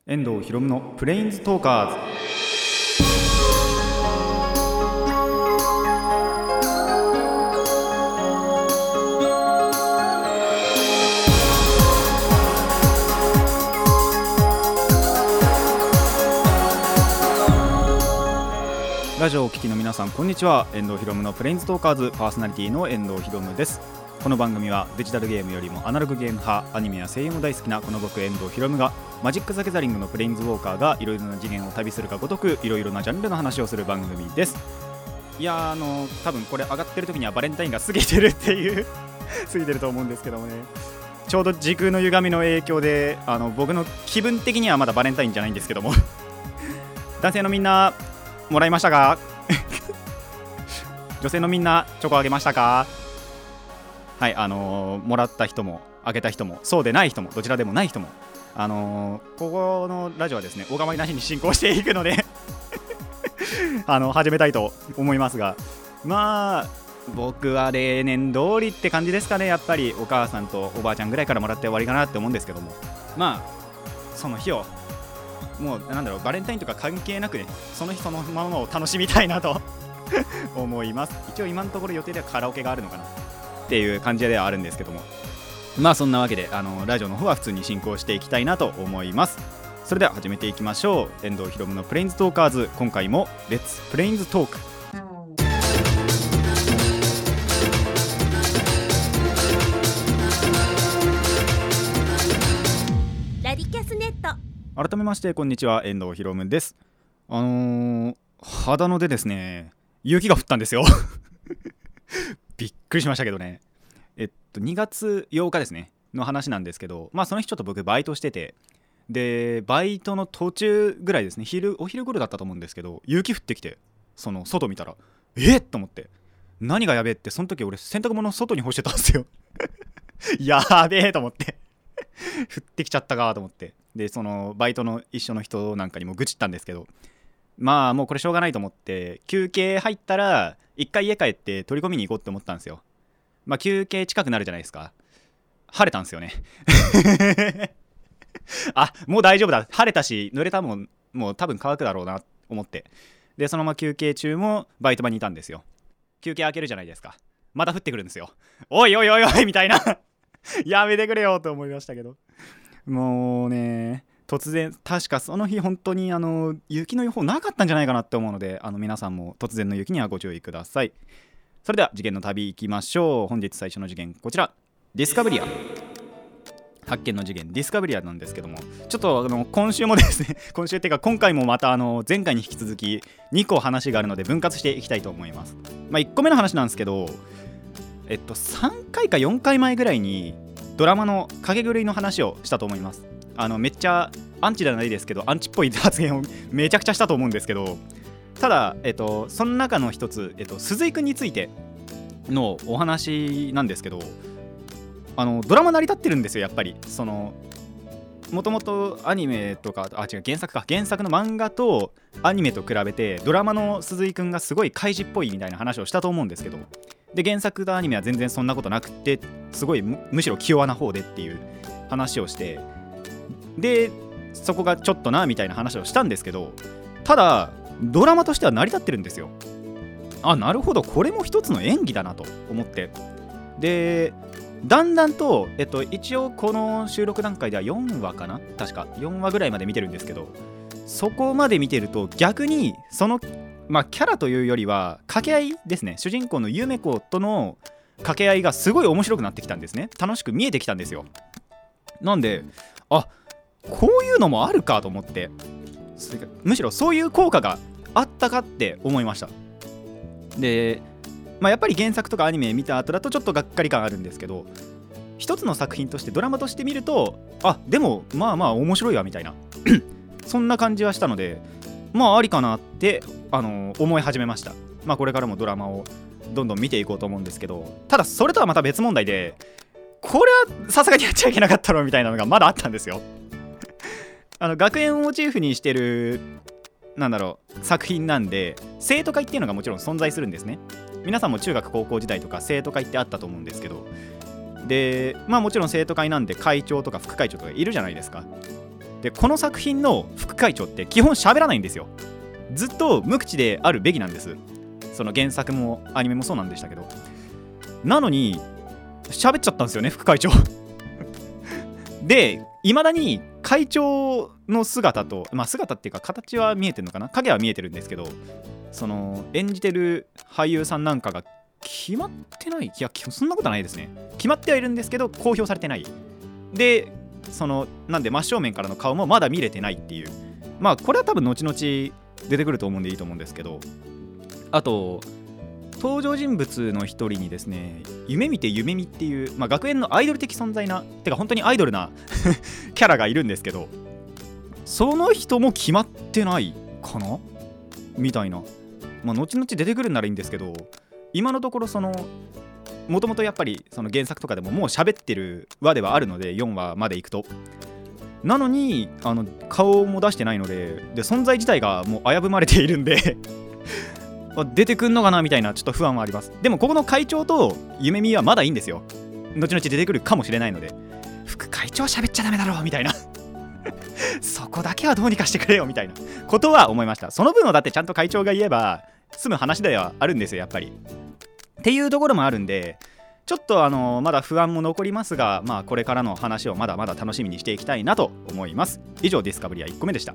遠藤ひろむのプレインズトーカーズ。ラジオをお聞きの皆さん、こんにちは。遠藤ひろむのプレインズトーカーズパーソナリティの遠藤ひろむです。この番組はデジタルゲームよりもアナログゲーム派、アニメや声優も大好きなこの僕遠藤ひろむがマジック・ザ・ギャザリングのプレインズウォーカーがいろいろな次元を旅するかごとくいろいろなジャンルの話をする番組です。いや多分これ上がってる時にはバレンタインが過ぎてるっていう過ぎてると思うんですけどもね、ちょうど時空の歪みの影響で僕の気分的にはまだバレンタインじゃないんですけども男性のみんなもらいましたか女性のみんなチョコあげましたか？はい、もらった人もあげた人もそうでない人もどちらでもない人もここのラジオはですね、お構いなしに進行していくので始めたいと思いますが、まあ僕は例年通りって感じですかね。やっぱりお母さんとおばあちゃんぐらいからもらって終わりかなって思うんですけども、まあその日をもうバレンタインとか関係なくね、その日そのままを楽しみたいなと思います。一応今のところ予定ではカラオケがあるのかなっていう感じではあるんですけども、まあそんなわけでラジオの方は普通に進行していきたいなと思います。それでは始めていきましょう。遠藤ひろむのプレインズトーカーズ、今回もレッツプレインズトーク。 ラディキャスネット。 改めましてこんにちは、遠藤ひろむです。秦野でですね、雪が降ったんですよびっくりしましたけどね。2月8日ですねの話なんですけど、まあその日ちょっと僕バイトしてて、でバイトの途中ぐらいですね、お昼頃だったと思うんですけど、雪降ってきて、その外見たらっと思って、何がやべえって、その時俺洗濯物外に干してたんですよやべえと思って降ってきちゃったかと思って、でそのバイトの一緒の人なんかにも愚痴ったんですけど、まあもうこれしょうがないと思って休憩入ったら一回家帰って取り込みに行こうって思ったんですよ。まあ休憩近くなるじゃないですか。晴れたんですよねあ、もう大丈夫だ、晴れたし濡れたもん、もう多分乾くだろうなと思って、でそのまま休憩中もバイト場にいたんですよ。休憩開けるじゃないですか、また降ってくるんですよ。おいおいおいおいみたいなやめてくれよと思いましたけど、もうね、突然、確かその日本当に雪の予報なかったんじゃないかなって思うので、皆さんも突然の雪にはご注意ください。それでは次元の旅行きましょう。本日最初の次元こちら、ディスカブリア。発見の次元ディスカブリアなんですけども、ちょっと今週もですね今週っていうか今回もまた前回に引き続き2個話があるので分割していきたいと思います。まあ1個目の話なんですけど、3回か4回前ぐらいにドラマの影狂いの話をしたと思います。めっちゃアンチではないですけどアンチっぽい発言をめちゃくちゃしたと思うんですけど、ただその中の一つ、鈴井くんについてのお話なんですけど、ドラマ成り立ってるんですよ。やっぱりそのもともとアニメとか原作の漫画とアニメと比べてドラマの鈴井くんがすごい怪獣っぽいみたいな話をしたと思うんですけど、で原作とアニメは全然そんなことなくて、すごい むしろ気弱な方でっていう話をして、でそこがちょっとなみたいな話をしたんですけど、ただドラマとしては成り立ってるんですよ。あ、なるほど、これも一つの演技だなと思って、でだんだんと、一応この収録段階では4話かな、確か4話ぐらいまで見てるんですけど、そこまで見てると逆にそのキャラというよりは掛け合いですね、主人公のゆめ子との掛け合いがすごい面白くなってきたんですね。楽しく見えてきたんですよ。なんでこういうのもあるかと思って、むしろそういう効果があったかって思いました。でやっぱり原作とかアニメ見た後だとちょっとがっかり感あるんですけど、一つの作品としてドラマとして見るとでもまあまあ面白いわみたいなそんな感じはしたので、ありかなって思い始めました。これからもドラマをどんどん見ていこうと思うんですけど、ただそれとはまた別問題で、これはさすがにやっちゃいけなかったろみたいなのがまだあったんですよ学園をモチーフにしてる作品なんで、生徒会っていうのがもちろん存在するんですね。皆さんも中学高校時代とか生徒会ってあったと思うんですけど、でもちろん生徒会なんで会長とか副会長とかいるじゃないですか。 でこの作品の副会長って基本喋らないんですよ。ずっと無口であるべきなんです。その原作もアニメもそうなんでしたけど、なのに喋っちゃったんですよね、副会長でいまだに会長の姿と、姿っていうか形は見えてるのかな、影は見えてるんですけど、その演じてる俳優さんなんかが決まってない。いやそんなことはないですね。決まってはいるんですけど公表されてないで、なんで真正面からの顔もまだ見れてないっていう、これは多分後々出てくると思うんでいいと思うんですけど、あと登場人物の一人にですね、夢見て夢見っていう、学園のアイドル的存在な、てか本当にアイドルなキャラがいるんですけど、その人も決まってないかなみたいな。後々出てくるんならいいんですけど、今のところもともとやっぱりその原作とかでももう喋ってる輪ではあるので、4話まで行くと。なのに顔も出してないので、存在自体がもう危ぶまれているんで出てくんのかなみたいなちょっと不安はあります。でもここの会長と夢見はまだいいんですよ。後々出てくるかもしれないので、副会長喋っちゃダメだろみたいなそこだけはどうにかしてくれよみたいなことは思いました。その分をだってちゃんと会長が言えば済む話ではあるんですよ、やっぱりっていうところもあるんで、ちょっとまだ不安も残りますが、これからの話をまだまだ楽しみにしていきたいなと思います。以上ディスカブリア1個目でした。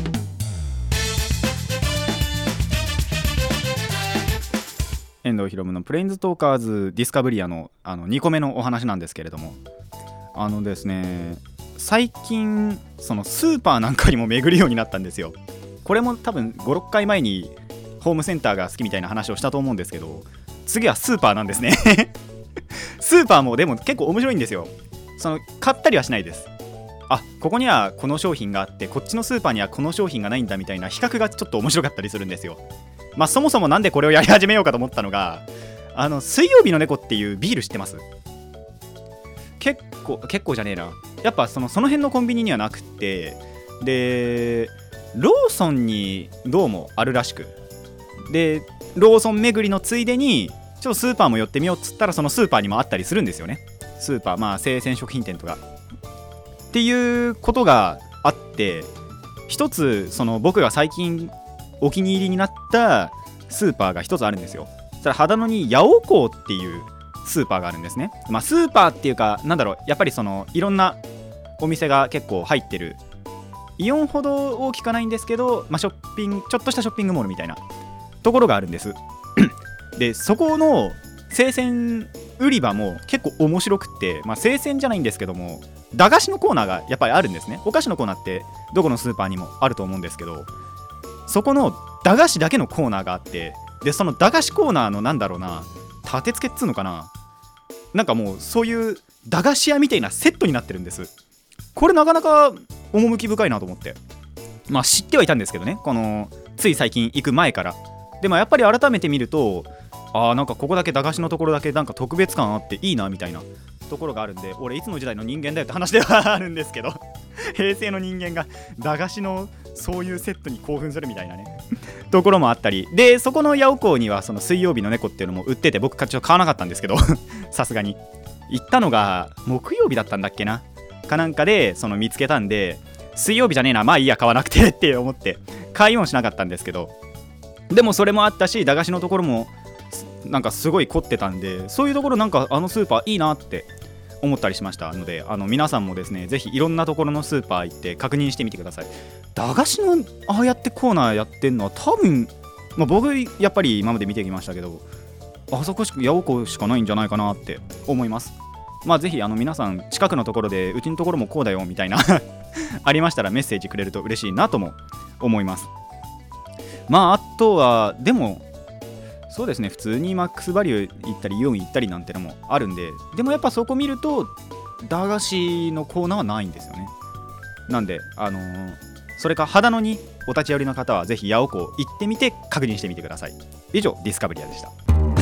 遠藤ひろむのプレインズトーカーズディスカブリアの2個目のお話なんですけれども、ですね、最近そのスーパーなんかにも巡るようになったんですよ。これも多分 5,6 回前にホームセンターが好きみたいな話をしたと思うんですけど、次はスーパーなんですねスーパーもでも結構面白いんですよ。買ったりはしないです。ここにはこの商品があってこっちのスーパーにはこの商品がないんだみたいな比較がちょっと面白かったりするんですよ。そもそもなんでこれをやり始めようかと思ったのが、水曜日の猫っていうビール知ってます？結構じゃねえな、やっぱその辺のコンビニにはなくって、でローソンにどうもあるらしく、でローソン巡りのついでにちょっとスーパーも寄ってみようっつったら、そのスーパーにもあったりするんですよね。スーパー、生鮮食品店とかっていうことがあって、一つ僕が最近お気に入りになったスーパーが一つあるんですよ。それ秦野に八尾港っていうスーパーがあるんですね。スーパーっていうかやっぱりいろんなお店が結構入ってる、イオンほど大きくないんですけど、ちょっとしたショッピングモールみたいなところがあるんですでそこの生鮮売り場も結構面白くって、生鮮じゃないんですけども駄菓子のコーナーがやっぱりあるんですね。お菓子のコーナーってどこのスーパーにもあると思うんですけど、そこの駄菓子だけのコーナーがあって、でその駄菓子コーナーの立て付けっつうのかな、もうそういう駄菓子屋みたいなセットになってるんです。これなかなか趣深いなと思って、知ってはいたんですけどね、つい最近行く前から。でもやっぱり改めて見ると、ここだけ駄菓子のところだけ特別感あっていいなみたいなところがあるんで、俺いつの時代の人間だよって話ではあるんですけど平成の人間が駄菓子のそういうセットに興奮するみたいなねところもあったりで、そこの八尾港にはその水曜日の猫っていうのも売ってて、僕ちょっと買わなかったんですけどさすがに行ったのが木曜日だったんだっけなかなんかで見つけたんで、水曜日じゃねえな、いいや買わなくてって思って買いもしなかったんですけど、でもそれもあったし、駄菓子のところもすごい凝ってたんで、そういうところスーパーいいなって思ったりしましたので、皆さんもですね、ぜひいろんなところのスーパー行って確認してみてください。駄菓子のああやってコーナーやってんのは多分、僕やっぱり今まで見てきましたけど、あそこ八尾港しかないんじゃないかなって思います。ぜひ皆さん近くのところでうちのところもこうだよみたいなありましたらメッセージくれると嬉しいなとも思います。あとはでもそうですね、普通にマックスバリュー行ったりイオン行ったりなんてのもあるんで、でもやっぱそこ見ると駄菓子のコーナーはないんですよね。なんでそれか秦野にお立ち寄りの方はぜひ八尾港行ってみて確認してみてください。以上ディスカブリアでした。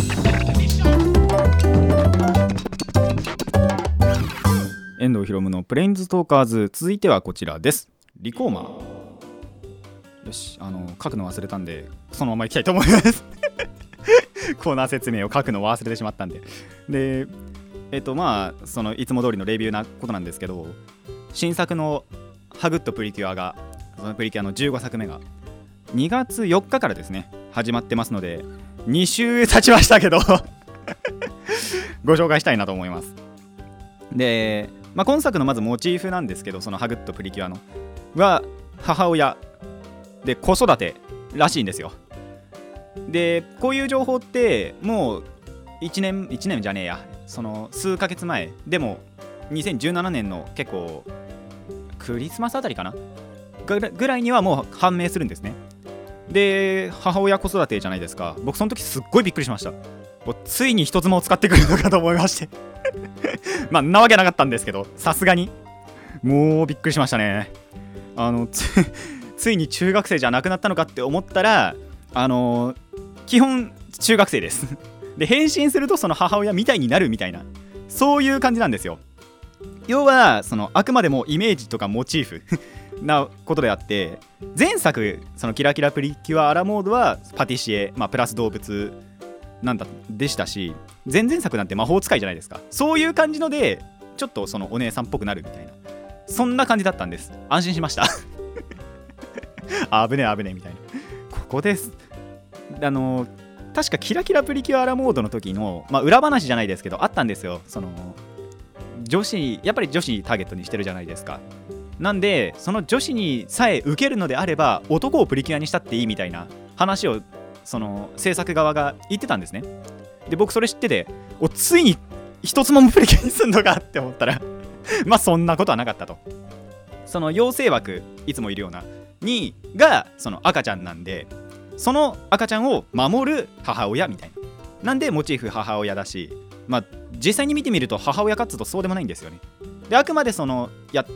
遠藤ひろむのプレインズトーカーズ、続いてはこちらです。リコーマー。よし、書くの忘れたんでそのままいきたいと思いますコーナー説明を書くのを忘れてしまったんで、でいつも通りのレビューなことなんですけど、新作のハグッドプリキュアが、そのプリキュアの15作目が2月4日からですね始まってますので、2週経ちましたけどご紹介したいなと思います。で、今作のまずモチーフなんですけど、そのハグッドプリキュアのは母親で子育てらしいんですよ。でこういう情報ってもう1年じゃねえや、その数ヶ月前でも2017年の結構クリスマスあたりかなぐらいにはもう判明するんですね。で母親子育てじゃないですか。僕その時すっごいびっくりしました。ついに人妻を使ってくるのかと思いましてなわけなかったんですけど、さすがにもうびっくりしましたね。ついに中学生じゃなくなったのかって思ったら、基本中学生ですで変身するとその母親みたいになるみたいな、そういう感じなんですよ。要はそのあくまでもイメージとかモチーフなことであって、前作そのキラキラプリキュアアラモードはパティシエ、プラス動物でしたし、前々作なんて魔法使いじゃないですか。そういう感じのでちょっとそのお姉さんっぽくなるみたいな、そんな感じだったんです。安心しました危ねえみたいな。ここです。確かキラキラプリキュアアラモードの時の、裏話じゃないですけどあったんですよ。そのやっぱり女子ターゲットにしてるじゃないですか。なんでその女子にさえ受けるのであれば男をプリキュアにしたっていいみたいな話をその制作側が言ってたんですね。で僕それ知ってて、ついに一つもプリキュアにすんのかって思ったらそんなことはなかったと。その妖精枠いつもいるような2がその赤ちゃんなんで、その赤ちゃんを守る母親みたいな。なんでモチーフ母親だし、実際に見てみると母親活動そうでもないんですよね。であくまでその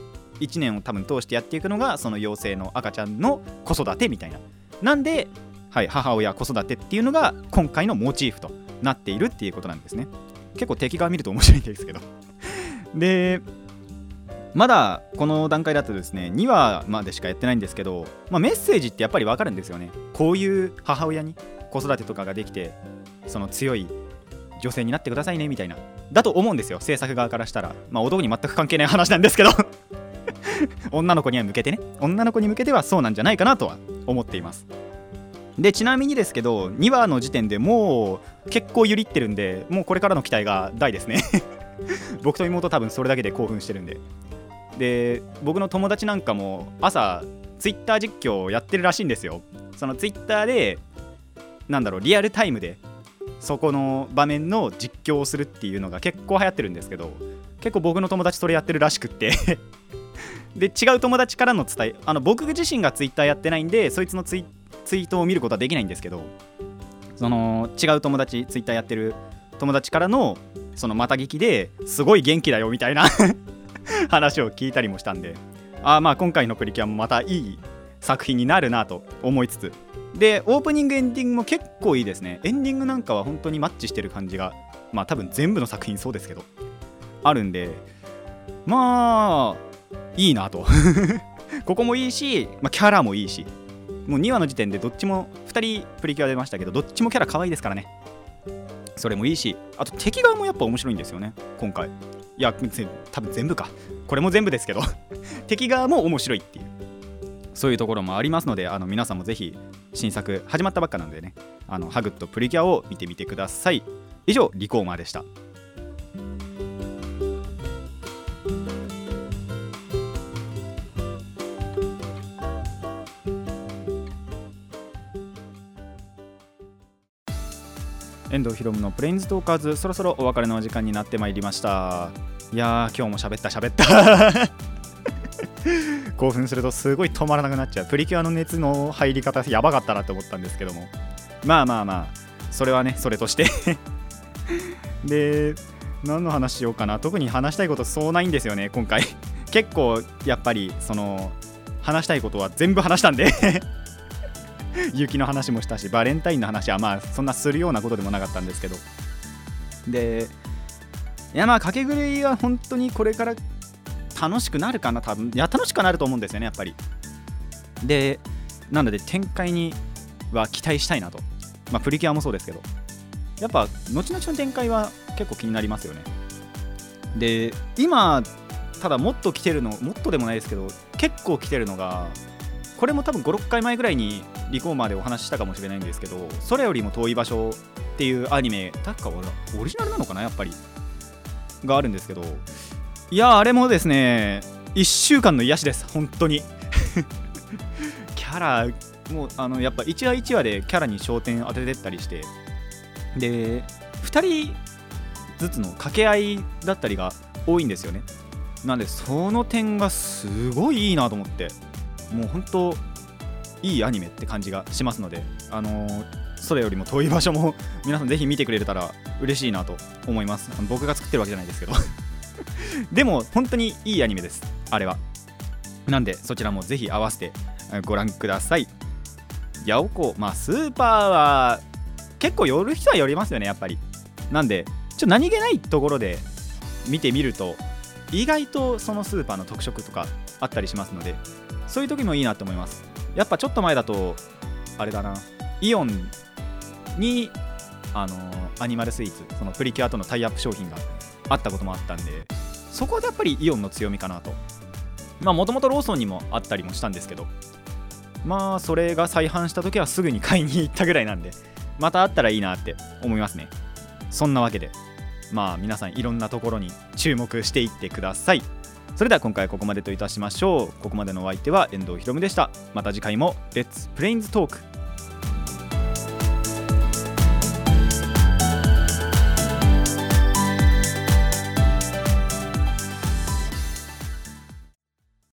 1年を多分通してやっていくのがその妖精の赤ちゃんの子育てみたいな。なんで、母親子育てっていうのが今回のモチーフとなっているっていうことなんですね。結構敵側見ると面白いんですけどでまだこの段階だとですね2話までしかやってないんですけど、メッセージってやっぱり分かるんですよね。こういう母親に子育てとかができてその強い女性になってくださいねみたいなだと思うんですよ、制作側からしたら。男に全く関係ない話なんですけど女の子に向けてはそうなんじゃないかなとは思っています。でちなみにですけど2話の時点でもう結構揺りってるんで、もうこれからの期待が大ですね僕と妹多分それだけで興奮してるんで。で僕の友達なんかも朝ツイッター実況をやってるらしいんですよ。そのツイッターでリアルタイムでそこの場面の実況をするっていうのが結構流行ってるんですけど、結構僕の友達それやってるらしくってで違う友達からの伝え、僕自身がツイッターやってないんでそいつのツイートを見ることはできないんですけど、その違う友達ツイッターやってる友達からのそのまた聞きですごい元気だよみたいな話を聞いたりもしたんで、今回のプリキュアもまたいい作品になるなと思いつつ、でオープニングエンディングも結構いいですね。エンディングなんかは本当にマッチしてる感じが多分全部の作品そうですけどあるんで、いいなとここもいいし、キャラもいいし、もう2話の時点でどっちも2人プリキュア出ましたけどどっちもキャラ可愛いですからね。それもいいし、あと敵側もやっぱ面白いんですよね今回。いや多分全部か、これも全部ですけど敵側も面白いっていう、そういうところもありますので、皆さんもぜひ新作始まったばっかなのでね、ハグッドプリキュアを見てみてください。以上リコーマーでした。遠藤ひろむのプレインズトーカーズ、そろそろお別れのお時間になってまいりました。いやー今日も喋った興奮するとすごい止まらなくなっちゃう。プリキュアの熱の入り方やばかったなって思ったんですけども、それはねそれとしてで何の話しようかな。特に話したいことそうないんですよね今回結構やっぱりその話したいことは全部話したんで雪の話もしたし、バレンタインの話はそんなするようなことでもなかったんですけど、でかけ狂いは本当にこれから楽しくなるかな。多分楽しくなると思うんですよねやっぱり。でなので展開には期待したいなと。プリキュアもそうですけどやっぱ後々の展開は結構気になりますよね。で今ただもっと来てるのもっとでもないですけど結結構来てるのが、これも多分 5,6 回前ぐらいにリコーマーでお話ししたかもしれないんですけど、それよりも遠い場所っていうアニメ、確かオリジナルなのかな、やっぱりがあるんですけど、いやあれもですね1週間の癒しです。本当にキャラもうやっぱ1話1話でキャラに焦点当ててったりして、で2人ずつの掛け合いだったりが多いんですよね。なんでその点がすごいいいなと思って、もう本当いいアニメって感じがしますので、それよりも遠い場所も皆さんぜひ見てくれたら嬉しいなと思います。僕が作ってるわけじゃないですけどでも本当にいいアニメです、あれは。なんでそちらもぜひ合わせてご覧ください。ヤオコ、スーパーは結構寄る人は寄りますよね、やっぱり。なんで何気ないところで見てみると意外とそのスーパーの特色とかあったりしますので、そういう時もいいなと思います。やっぱちょっと前だとあれだな、イオンにアニマルスイーツ、そのプリキュアとのタイアップ商品があったこともあったんで、そこでやっぱりイオンの強みかなと。もともとローソンにもあったりもしたんですけど、それが再販した時はすぐに買いに行ったぐらいなんで、またあったらいいなって思いますね。そんなわけで皆さんいろんなところに注目していってください。それでは今回はここまでといたしましょう。ここまでのお相手は遠藤ひろむでした。また次回もレッツプレインズトーク